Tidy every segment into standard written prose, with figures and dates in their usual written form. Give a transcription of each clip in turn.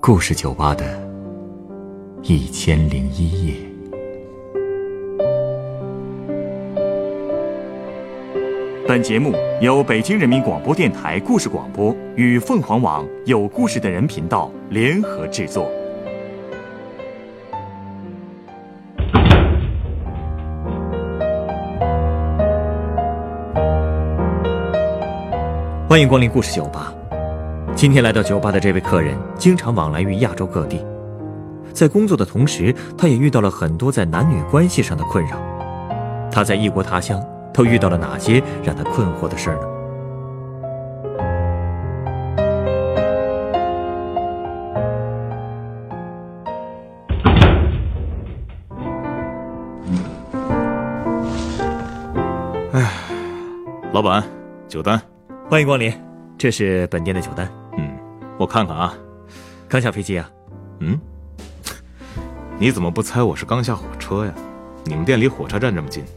故事酒吧的1001夜。 本节目由北京人民广播电台故事广播与凤凰网有故事的人频道联合制作。 欢迎光临故事酒吧。今天来到酒吧的这位客人经常往来于亚洲各地，在工作的同时，他也遇到了很多在男女关系上的困扰。他在异国他乡都遇到了哪些让他困惑的事呢？ 老板，酒单。 欢迎光临，这是本店的酒单。 我看看啊。 刚下飞机啊？ 你怎么不猜我是刚下火车呀？你们店离火车站这么近。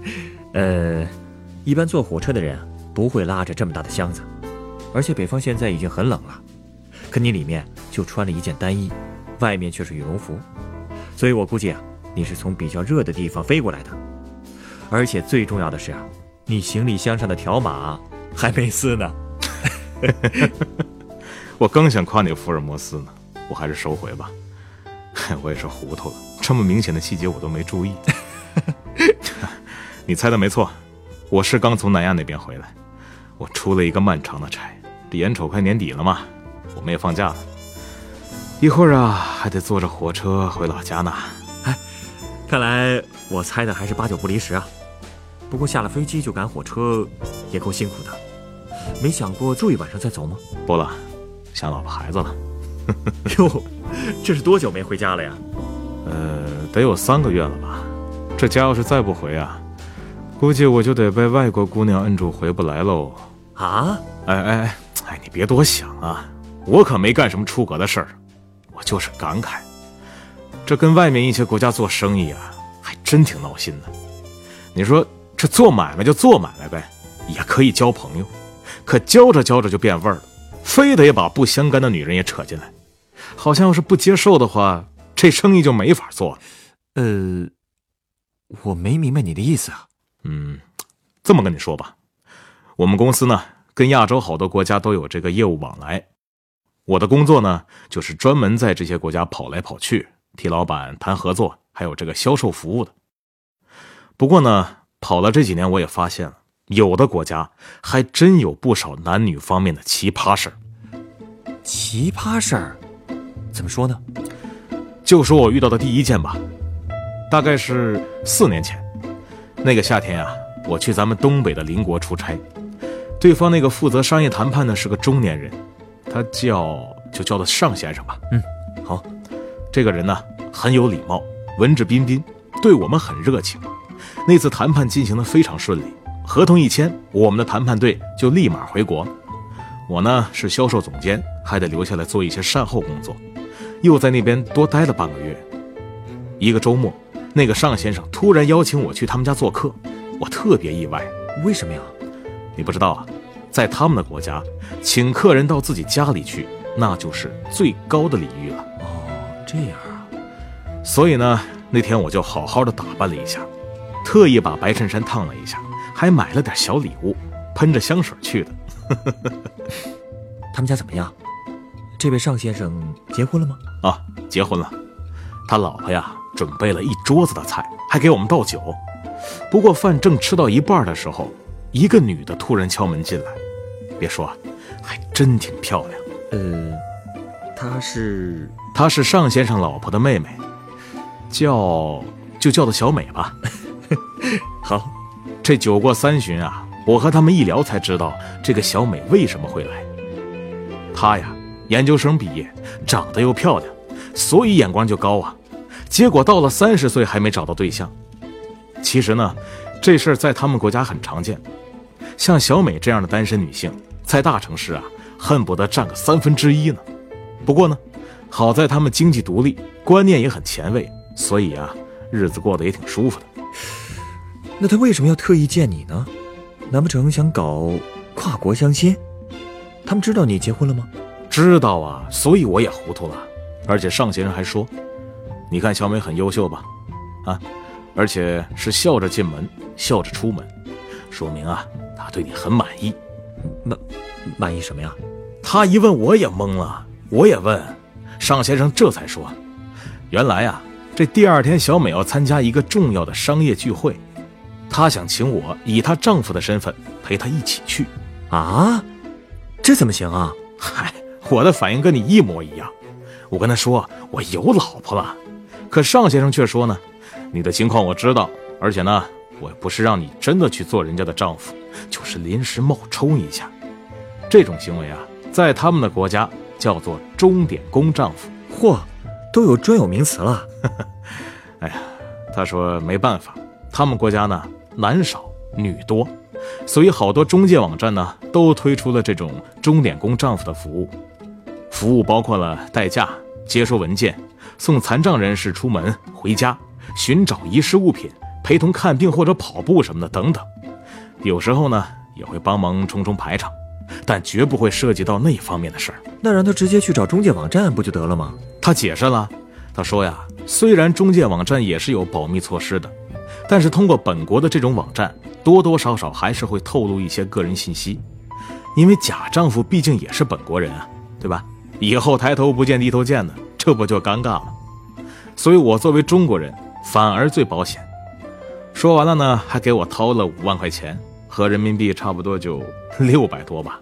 一般坐火车的人啊，不会拉着这么大的箱子，而且北方现在已经很冷了，可你里面就穿了一件单衣，外面却是羽绒服，所以我估计啊，你是从比较热的地方飞过来的。而且最重要的是啊，你行李箱上的条码还没撕呢。 我刚想夸你福尔摩斯呢，我还是收回吧。我也是糊涂了，这么明显的细节我都没注意。你猜的没错，我是刚从南亚那边回来，我出了一个漫长的差，这眼瞅快年底了嘛，我们也放假了，一会儿啊还得坐着火车回老家呢。 看来我猜的还是8、9不离十啊。不过下了飞机就赶火车也够辛苦的，没想过住一晚上再走吗？ 不了，想老婆孩子了。 哟，这是多久没回家了呀？ 得有3个月了吧。这家要是再不回啊，估计我就得被外国姑娘摁住回不来喽。 啊？ 你别多想啊，我可没干什么出格的事儿，我就是感慨，这跟外面一些国家做生意啊，还真挺闹心的。你说这做买卖就做买卖呗，也可以交朋友，可交着交着就变味儿了，非得把不相干的女人也扯进来，好像要是不接受的话，这生意就没法做了。 我没明白你的意思啊。 这么跟你说吧，我们公司呢跟亚洲好多国家都有这个业务往来，我的工作呢就是专门在这些国家跑来跑去，替老板谈合作，还有这个销售服务的。不过呢，跑了这几年我也发现了，有的国家还真有不少男女方面的奇葩事儿。 奇葩事儿？怎么说呢？ 就说我遇到的第一件吧，大概是4年前。那个夏天啊，我去咱们东北的邻国出差，对方那个负责商业谈判的是个中年人，他就叫他尚先生吧。 好。 这个人呢很有礼貌，文质彬彬，对我们很热情。那次谈判进行得非常顺利，合同一签，我们的谈判队就立马回国。我呢是销售总监，还得留下来做一些善后工作，又在那边多待了半个月。一个周末，那个尚先生突然邀请我去他们家做客，我特别意外。 为什么呀？ 你不知道啊，在他们的国家，请客人到自己家里去，那就是最高的礼遇了。 这样啊。 所以呢，那天我就好好的打扮了一下，特意把白衬衫烫了一下，还买了点小礼物，喷着香水去的。 他们家怎么样？这位尚先生结婚了吗？ 结婚了。他老婆呀准备了一桌子的菜，还给我们倒酒。不过饭正吃到一半的时候，一个女的突然敲门进来，别说啊，还真挺漂亮。她是尚先生老婆的妹妹，就叫她小美吧。 好。 这酒过3巡啊，我和他们一聊才知道这个小美为什么会来。她呀研究生毕业，长得又漂亮，所以眼光就高啊。结果到了30岁还没找到对象。其实呢，这事儿在他们国家很常见，像小美这样的单身女性，在大城市啊恨不得占个1/3呢。不过呢，好在他们经济独立，观念也很前卫，所以啊日子过得也挺舒服的。 那他为什么要特意见你呢？难不成想搞跨国相亲？他们知道你结婚了吗？ 知道啊，所以我也糊涂了。 而且尚先生还说，你看小美很优秀吧，而且是笑着进门，笑着出门，说明啊，他对你很满意。 满意什么呀？ 他一问我也懵了，我也问，尚先生这才说，原来啊，这第二天小美要参加一个重要的商业聚会，她想请我以她丈夫的身份陪她一起去。 啊？这怎么行啊？ 嗨，我的反应跟你一模一样。我跟他说我有老婆了，可尚先生却说呢，你的情况我知道，而且呢，我不是让你真的去做人家的丈夫，就是临时冒充一下。这种行为啊，在他们的国家叫做钟点工丈夫。 嚯，都有专有名词了。 哎呀，他说没办法，他们国家呢男少女多，所以好多中介网站呢都推出了这种钟点工丈夫的服务。服务包括了代驾、接收文件、送残障人士出门回家、寻找遗失物品、陪同看病或者跑步什么的等等。有时候呢也会帮忙冲排场，但绝不会涉及到那方面的事儿。 那让他直接去找中介网站不就得了吗？ 他解释了，他说呀，虽然中介网站也是有保密措施的，但是通过本国的这种网站，多多少少还是会透露一些个人信息，因为假丈夫毕竟也是本国人啊，对吧？以后抬头不见低头见的，这不就尴尬了？所以我作为中国人反而最保险。说完了呢，还给我掏了5万块钱，合人民币差不多就600多吧。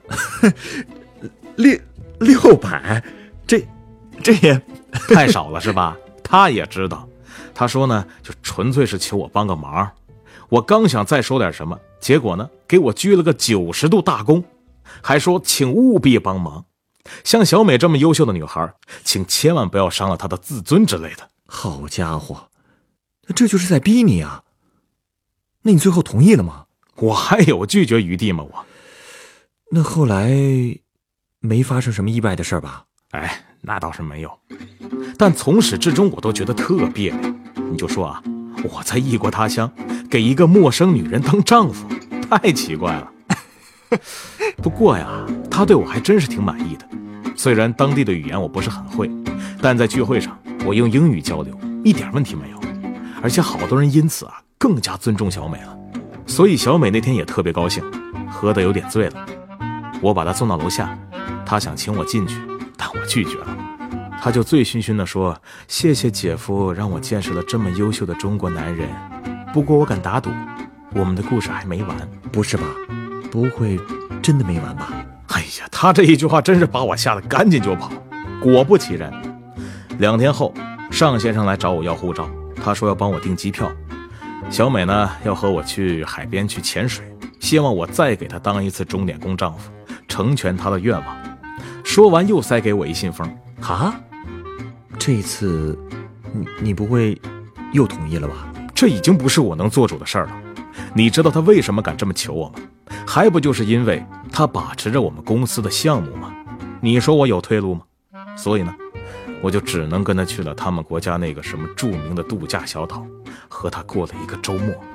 600，这也太少了是吧？他也知道，他说呢，就纯粹是求我帮个忙。我刚想再说点什么，结果呢，给我鞠了个90度大躬，还说请务必帮忙。像小美这么优秀的女孩，请千万不要伤了她的自尊之类的。 好家伙，这就是在逼你啊！那你最后同意了吗？ 我还有拒绝余地吗？ 那后来没发生什么意外的事吧？ 哎，那倒是没有，但从始至终我都觉得特别扭。你就说啊，我在异国他乡给一个陌生女人当丈夫，太奇怪了。不过呀，他对我还真是挺满意的。虽然当地的语言我不是很会，但在聚会上我用英语交流一点问题没有，而且好多人因此啊更加尊重小美了。所以小美那天也特别高兴，喝得有点醉了。我把她送到楼下，她想请我进去，但我拒绝了。她就醉醺醺地说，谢谢姐夫让我见识了这么优秀的中国男人，不过我敢打赌我们的故事还没完。 不是吧？不会真的没完吧？ 哎呀，他这一句话真是把我吓得赶紧就跑。果不其然，2天后尚先生来找我要护照，他说要帮我订机票。小美呢要和我去海边去潜水，希望我再给她当一次钟点工丈夫，成全她的愿望。说完又塞给我一信封。 啊？这一次你不会又同意了吧？ 这已经不是我能做主的事儿了。你知道他为什么敢这么求我吗？还不就是因为他把持着我们公司的项目吗？你说我有退路吗？所以呢，我就只能跟他去了他们国家那个什么著名的度假小岛，和他过了一个周末。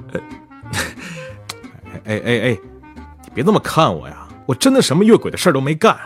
你别这么看我呀，我真的什么越轨的事儿都没干。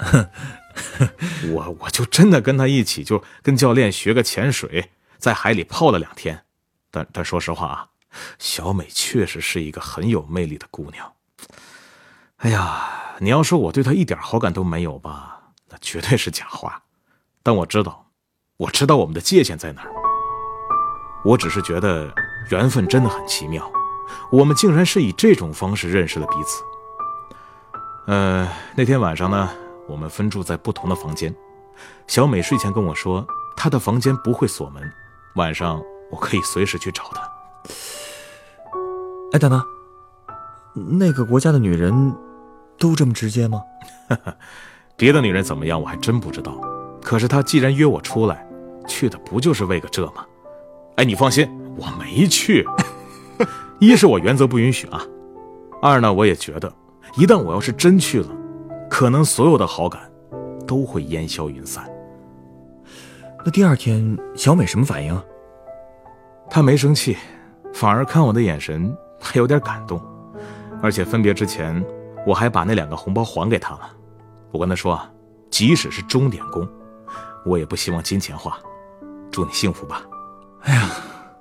我就真的跟他一起，就跟教练学个潜水，在海里泡了2天。但说实话啊，小美确实是一个很有魅力的姑娘。哎呀，你要说我对她一点好感都没有吧，那绝对是假话。但我知道我们的界限在哪儿。我只是觉得缘分真的很奇妙，我们竟然是以这种方式认识了彼此。那天晚上呢，我们分住在不同的房间。小美睡前跟我说，她的房间不会锁门，晚上我可以随时去找她。 哎，大妈，那个国家的女人都这么直接吗？ 别的女人怎么样我还真不知道，可是她既然约我出来，去的不就是为个这吗？哎，你放心，我没去。一是我原则不允许啊，二呢，我也觉得一旦我要是真去了，可能所有的好感都会烟消云散。 那第2天小美什么反应？ 她没生气，反而看我的眼神还有点感动，而且分别之前我还把那2个红包还给她了。我跟她说啊，即使是钟点工， 我也不希望金钱花。祝你幸福吧。 哎呀，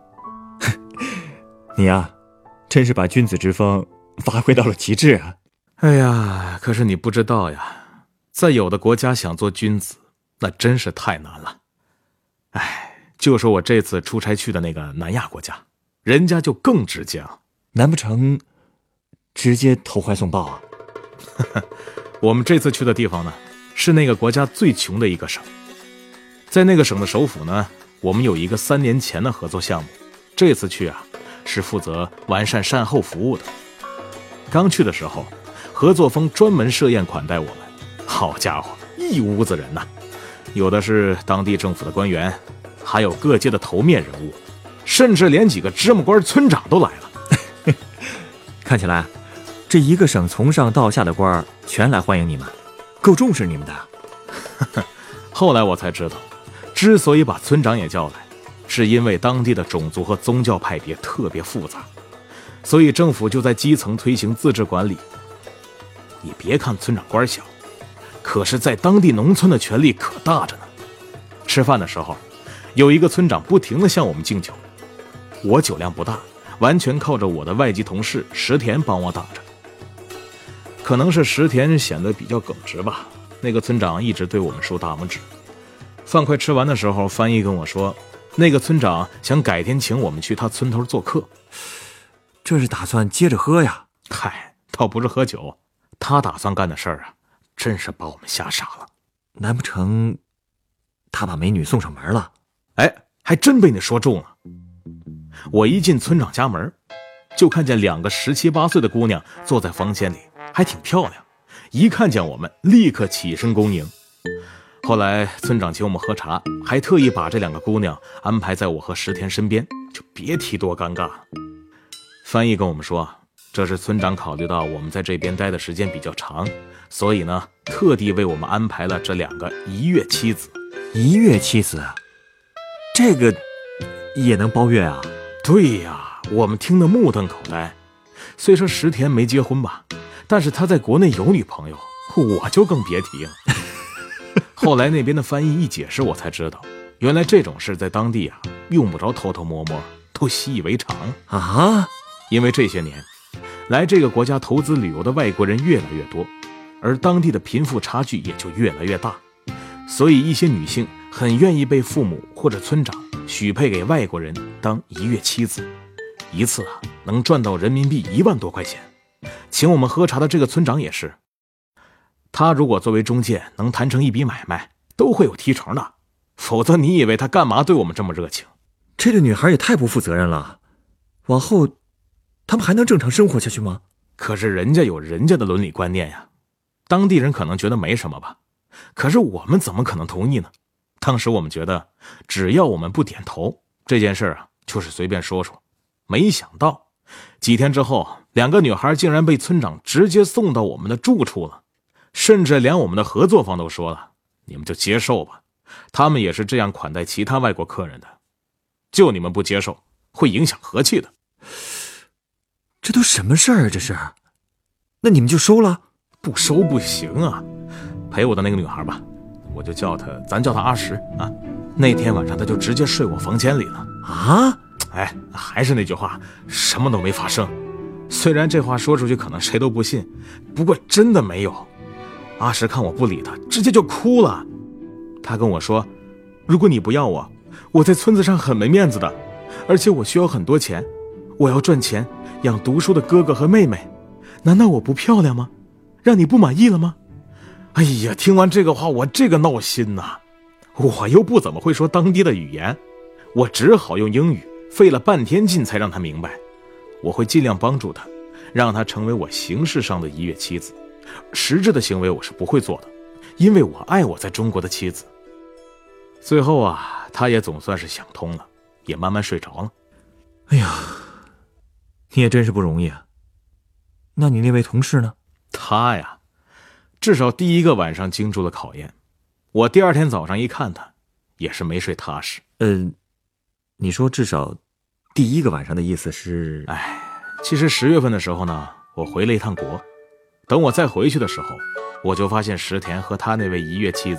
你呀，真是把君子之风发挥到了极致啊。 哎呀，可是你不知道呀，在有的国家想做君子，那真是太难了。哎，就说我这次出差去的那个南亚国家，人家就更直接了。 难不成直接投怀送抱啊？ 我们这次去的地方呢，是那个国家最穷的一个省。在那个省的首府呢，我们有一个3年前的合作项目，这次去啊，是负责完善善后服务的。刚去的时候，合作方专门设宴款待我们，好家伙，一屋子人呐，有的是当地政府的官员，还有各界的头面人物，甚至连几个芝麻官村长都来了。 看起来这一个省从上到下的官儿全来欢迎你们，够重视你们的。 后来我才知道，之所以把村长也叫来，是因为当地的种族和宗教派别特别复杂，所以政府就在基层推行自治管理。你别看村长官小，可是在当地农村的权力可大着呢。吃饭的时候，有一个村长不停地向我们敬酒，我酒量不大，完全靠着我的外籍同事石田帮我挡着。可能是石田显得比较耿直吧，那个村长一直对我们竖大拇指。饭快吃完的时候，翻译跟我说，那个村长想改天请我们去他村头做客。 这是打算接着喝呀？ 嗨，倒不是喝酒，他打算干的事儿啊，真是把我们吓傻了。 难不成他把美女送上门了？ 哎，还真被你说中了。我一进村长家门，就看见2个17、18岁的姑娘坐在房间里，还挺漂亮。一看见我们，立刻起身恭迎。后来村长请我们喝茶，还特意把这2个姑娘安排在我和石田身边，就别提多尴尬了。翻译跟我们说，这是村长考虑到我们在这边待的时间比较长，所以呢，特地为我们安排了这2个一月妻子。 一月妻子，这个也能包月啊？ 对呀，我们听得目瞪口呆。虽说石田没结婚吧，但是他在国内有女朋友，我就更别提了。后来那边的翻译一解释，我才知道，原来这种事在当地啊，用不着偷偷摸摸，都习以为常啊。 因为这些年来这个国家投资旅游的外国人越来越多，而当地的贫富差距也就越来越大，所以一些女性很愿意被父母或者村长许配给外国人当一月妻子，一次啊能赚到人民币1万多块钱。请我们喝茶的这个村长也是，他如果作为中介能谈成一笔买卖，都会有提成的，否则你以为他干嘛对我们这么热情？ 这对女孩也太不负责任了，往后他们还能正常生活下去吗？ 可是人家有人家的伦理观念呀，当地人可能觉得没什么吧，可是我们怎么可能同意呢？当时我们觉得只要我们不点头，这件事啊就是随便说说。没想到几天之后，2个女孩竟然被村长直接送到我们的住处了，甚至连我们的合作方都说了，你们就接受吧，他们也是这样款待其他外国客人的，就你们不接受，会影响和气的。 这都什么事儿啊？这是？那你们就收了？ 不收不行啊！陪我的那个女孩吧，我就咱叫她阿石啊。那天晚上她就直接睡我房间里了啊！ 哎，还是那句话，什么都没发生。虽然这话说出去可能谁都不信，不过真的没有。阿石看我不理她，直接就哭了。她跟我说，如果你不要我在村子上很没面子的，而且我需要很多钱，我要赚钱养读书的哥哥和妹妹，难道我不漂亮吗？让你不满意了吗？哎呀，听完这个话，我这个闹心呐！我又不怎么会说当地的语言，我只好用英语，费了半天劲才让他明白，我会尽量帮助他，让他成为我形式上的一月妻子，实质的行为我是不会做的，因为我爱我在中国的妻子。最后啊，他也总算是想通了，也慢慢睡着了。 哎呀，你也真是不容易啊。那你那位同事呢？ 他呀，至少第1个晚上经住了考验。我第2天早上一看他，也是没睡踏实。 你说至少第1个晚上的意思是？ 其实10月份的时候呢，我回了一趟国。等我再回去的时候，我就发现石田和他那位一月妻子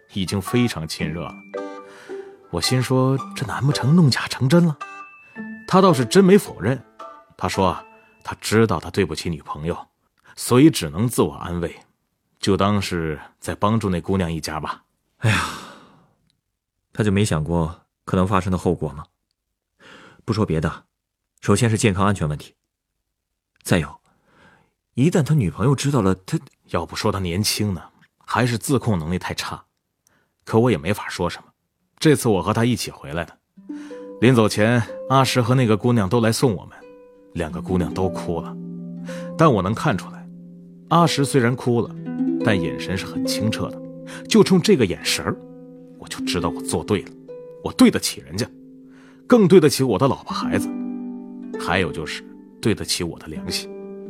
已经非常亲热了。我心说，这难不成弄假成真了？他倒是真没否认，他说他知道他对不起女朋友，所以只能自我安慰，就当是在帮助那姑娘一家吧。 哎呀，他就没想过可能发生的后果吗？不说别的，首先是健康安全问题，再有，一旦他女朋友知道了，他要不说他年轻呢，还是自控能力太差。可我也没法说什么。这次我和他一起回来的，临走前，阿石和那个姑娘都来送我们，2个姑娘都哭了。但我能看出来，阿石虽然哭了，但眼神是很清澈的。就冲这个眼神，我就知道我做对了，我对得起人家，更对得起我的老婆孩子，还有就是对得起我的良心。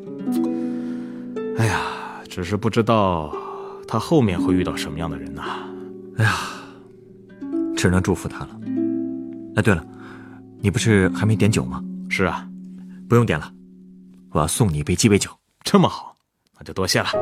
哎呀，只是不知道他后面会遇到什么样的人呐。 哎呀，只能祝福他了。哎，对了，你不是还没点酒吗？ 是啊。 不用点了，我要送你一杯鸡尾酒。 这么好，那就多谢了。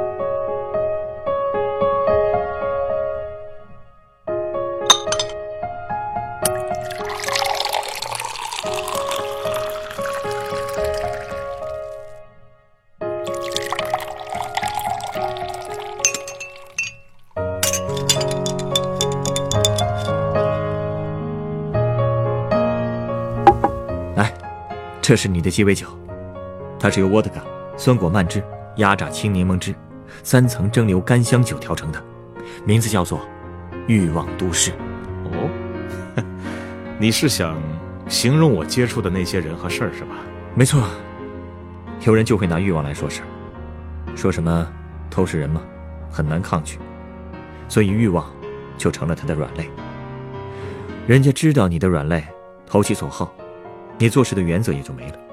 这是你的鸡尾酒，它是由沃德嘎、酸果蔓汁、压榨青柠檬汁、3层蒸馏干香酒调成的，名字叫做欲望都市。 哦，你是想形容我接触的那些人和事儿是吧？ 没错，有人就会拿欲望来说事儿，说什么偷食人嘛，很难抗拒，所以欲望就成了他的软肋。人家知道你的软肋，投其所好，你做事的原则也就没了。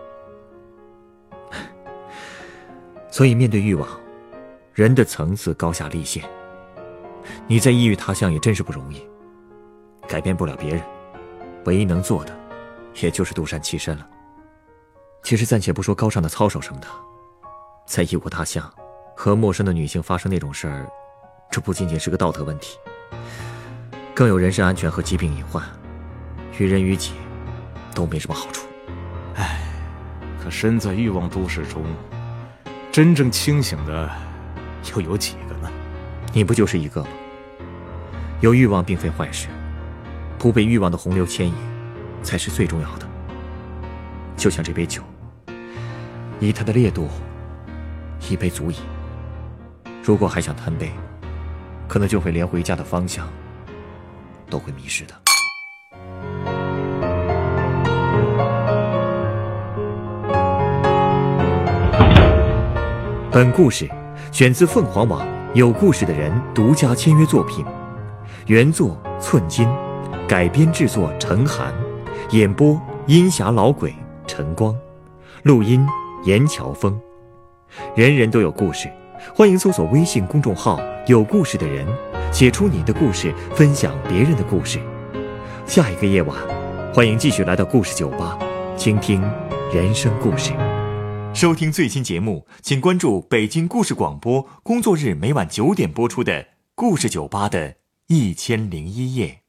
所以面对欲望，人的层次高下立现。你在异域他乡也真是不容易，改变不了别人，唯一能做的也就是独善其身了。其实暂且不说高尚的操守什么的，在异国他乡和陌生的女性发生那种事儿，这不仅仅是个道德问题，更有人身安全和疾病隐患，于人于己都没什么好处。 唉，可身在欲望都市中，真正清醒的又有几个呢？ 你不就是一个吗？有欲望并非坏事，不被欲望的洪流牵引才是最重要的。就像这杯酒，以它的烈度，一杯足矣。如果还想贪杯，可能就会连回家的方向都会迷失的。本故事选自凤凰网有故事的人独家签约作品，原作寸金，改编制作陈寒，演播阴霞老鬼陈光，录音严乔峰。人人都有故事，欢迎搜索微信公众号有故事的人，写出你的故事，分享别人的故事。下一个夜晚，欢迎继续来到故事酒吧，倾听人生故事。收听最新节目，请关注北京故事广播，工作日每晚9点播出的故事酒吧的1001夜。